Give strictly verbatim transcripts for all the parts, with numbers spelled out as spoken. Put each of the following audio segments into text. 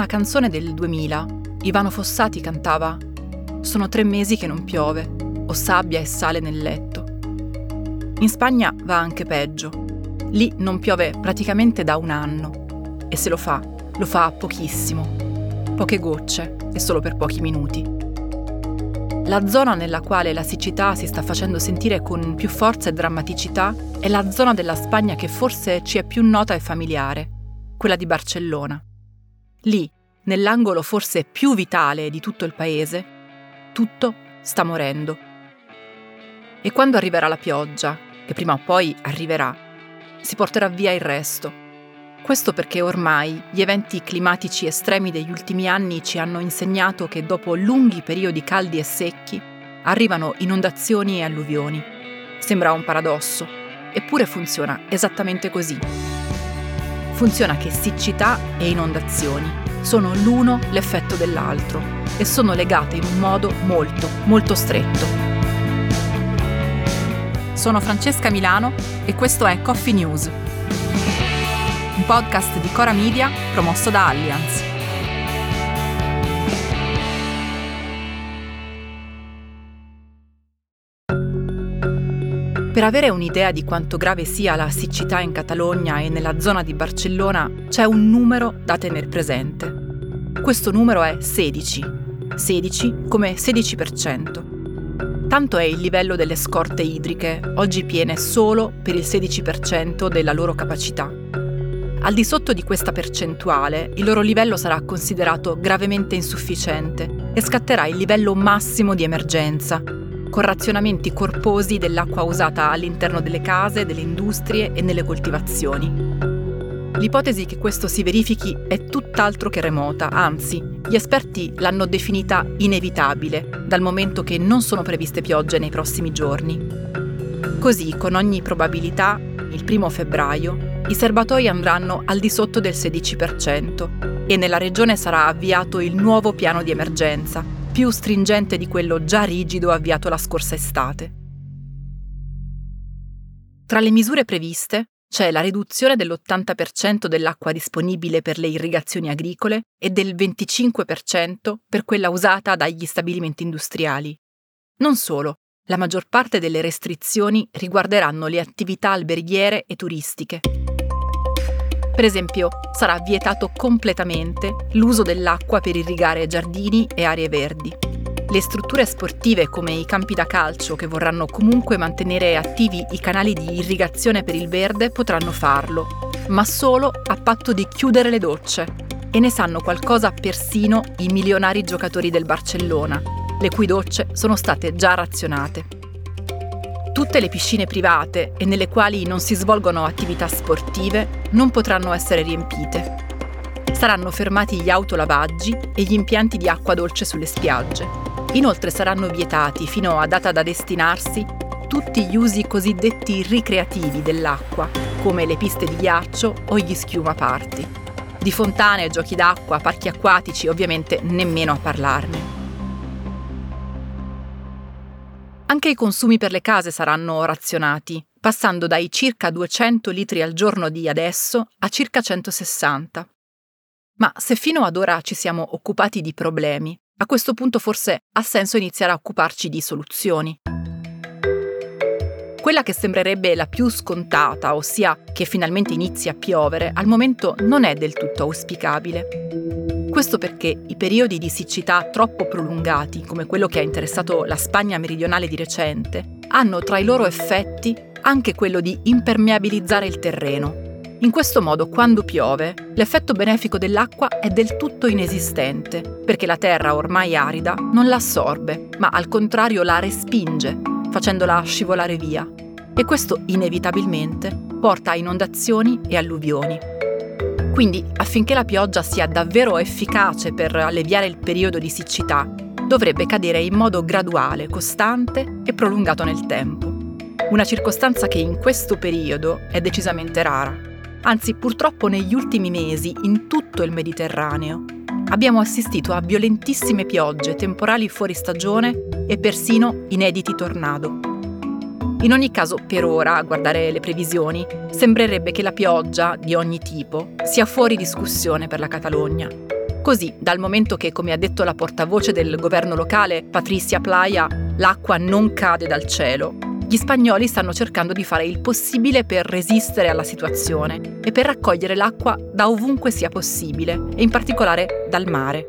una canzone del duemila, Ivano Fossati cantava «Sono tre mesi che non piove, ho sabbia e sale nel letto». In Spagna va anche peggio. Lì non piove praticamente da un anno e se lo fa, lo fa pochissimo. Poche gocce e solo per pochi minuti. La zona nella quale la siccità si sta facendo sentire con più forza e drammaticità è la zona della Spagna che forse ci è più nota e familiare, quella di Barcellona. Lì, nell'angolo forse più vitale di tutto il paese, tutto sta morendo. E quando arriverà la pioggia, che prima o poi arriverà, si porterà via il resto. Questo perché ormai gli eventi climatici estremi degli ultimi anni ci hanno insegnato che dopo lunghi periodi caldi e secchi arrivano inondazioni e alluvioni. Sembra un paradosso, eppure funziona esattamente così. Funziona che siccità e inondazioni sono l'uno l'effetto dell'altro e sono legate in un modo molto, molto stretto. Sono Francesca Milano e questo è Coffee News, un podcast di Cora Media promosso da Allianz. Per avere un'idea di quanto grave sia la siccità in Catalogna e nella zona di Barcellona, c'è un numero da tener presente. Questo numero è sedici. sedici come sedici per cento. Tanto è il livello delle scorte idriche, oggi piene solo per il sedici per cento della loro capacità. Al di sotto di questa percentuale, il loro livello sarà considerato gravemente insufficiente e scatterà il livello massimo di emergenza, con razionamenti corposi dell'acqua usata all'interno delle case, delle industrie e nelle coltivazioni. L'ipotesi che questo si verifichi è tutt'altro che remota, anzi, gli esperti l'hanno definita inevitabile, dal momento che non sono previste piogge nei prossimi giorni. Così, con ogni probabilità, il primo febbraio, i serbatoi andranno al di sotto del sedici per cento e nella regione sarà avviato il nuovo piano di emergenza, più stringente di quello già rigido avviato la scorsa estate. Tra le misure previste c'è la riduzione dell'ottanta per cento dell'acqua disponibile per le irrigazioni agricole e del venticinque per cento per quella usata dagli stabilimenti industriali. Non solo, la maggior parte delle restrizioni riguarderanno le attività alberghiere e turistiche. Per esempio, sarà vietato completamente l'uso dell'acqua per irrigare giardini e aree verdi. Le strutture sportive come i campi da calcio, che vorranno comunque mantenere attivi i canali di irrigazione per il verde, potranno farlo, ma solo a patto di chiudere le docce. E ne sanno qualcosa persino i milionari giocatori del Barcellona, le cui docce sono state già razionate. Tutte le piscine private e nelle quali non si svolgono attività sportive non potranno essere riempite. Saranno fermati gli autolavaggi e gli impianti di acqua dolce sulle spiagge. Inoltre saranno vietati, fino a data da destinarsi, tutti gli usi cosiddetti ricreativi dell'acqua, come le piste di ghiaccio o gli schiumaparty. Di fontane, giochi d'acqua, parchi acquatici, ovviamente nemmeno a parlarne. Anche i consumi per le case saranno razionati, passando dai circa duecento litri al giorno di adesso a circa centosessanta. Ma se fino ad ora ci siamo occupati di problemi, a questo punto forse ha senso iniziare a occuparci di soluzioni. Quella che sembrerebbe la più scontata, ossia che finalmente inizi a piovere, al momento non è del tutto auspicabile. Questo perché i periodi di siccità troppo prolungati, come quello che ha interessato la Spagna meridionale di recente, hanno tra i loro effetti anche quello di impermeabilizzare il terreno. In questo modo, quando piove, l'effetto benefico dell'acqua è del tutto inesistente, perché la terra ormai arida non la assorbe, ma al contrario la respinge, facendola scivolare via. E questo inevitabilmente porta a inondazioni e alluvioni. Quindi, affinché la pioggia sia davvero efficace per alleviare il periodo di siccità, dovrebbe cadere in modo graduale, costante e prolungato nel tempo. Una circostanza che in questo periodo è decisamente rara. Anzi, purtroppo negli ultimi mesi, in tutto il Mediterraneo, abbiamo assistito a violentissime piogge, temporali fuori stagione e persino inediti tornado. In ogni caso, per ora, a guardare le previsioni, sembrerebbe che la pioggia, di ogni tipo, sia fuori discussione per la Catalogna. Così, dal momento che, come ha detto la portavoce del governo locale, Patricia Playa, l'acqua non cade dal cielo, gli spagnoli stanno cercando di fare il possibile per resistere alla situazione e per raccogliere l'acqua da ovunque sia possibile, e in particolare dal mare.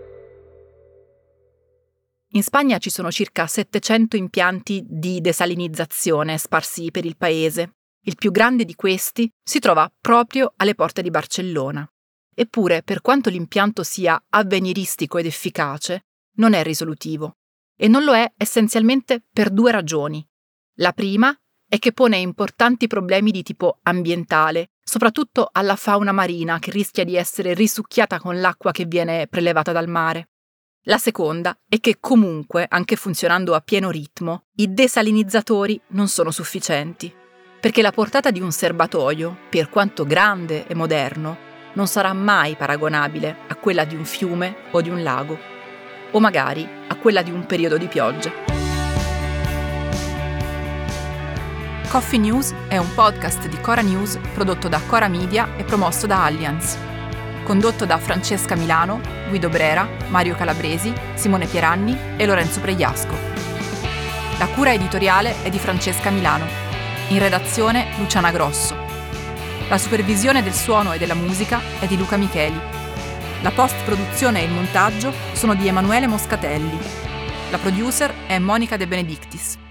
In Spagna ci sono circa settecento impianti di desalinizzazione sparsi per il paese. Il più grande di questi si trova proprio alle porte di Barcellona. Eppure, per quanto l'impianto sia avveniristico ed efficace, non è risolutivo. E non lo è essenzialmente per due ragioni. La prima è che pone importanti problemi di tipo ambientale, soprattutto alla fauna marina che rischia di essere risucchiata con l'acqua che viene prelevata dal mare. La seconda è che comunque, anche funzionando a pieno ritmo, i desalinizzatori non sono sufficienti, perché la portata di un serbatoio, per quanto grande e moderno, non sarà mai paragonabile a quella di un fiume o di un lago, o magari a quella di un periodo di pioggia. Coffee News è un podcast di Cora News prodotto da Cora Media e promosso da Allianz. Condotto da Francesca Milano, Guido Brera, Mario Calabresi, Simone Pieranni e Lorenzo Pregliasco. La cura editoriale è di Francesca Milano. In redazione Luciana Grosso. La supervisione del suono e della musica è di Luca Micheli. La post-produzione e il montaggio sono di Emanuele Moscatelli. La producer è Monica De Benedictis.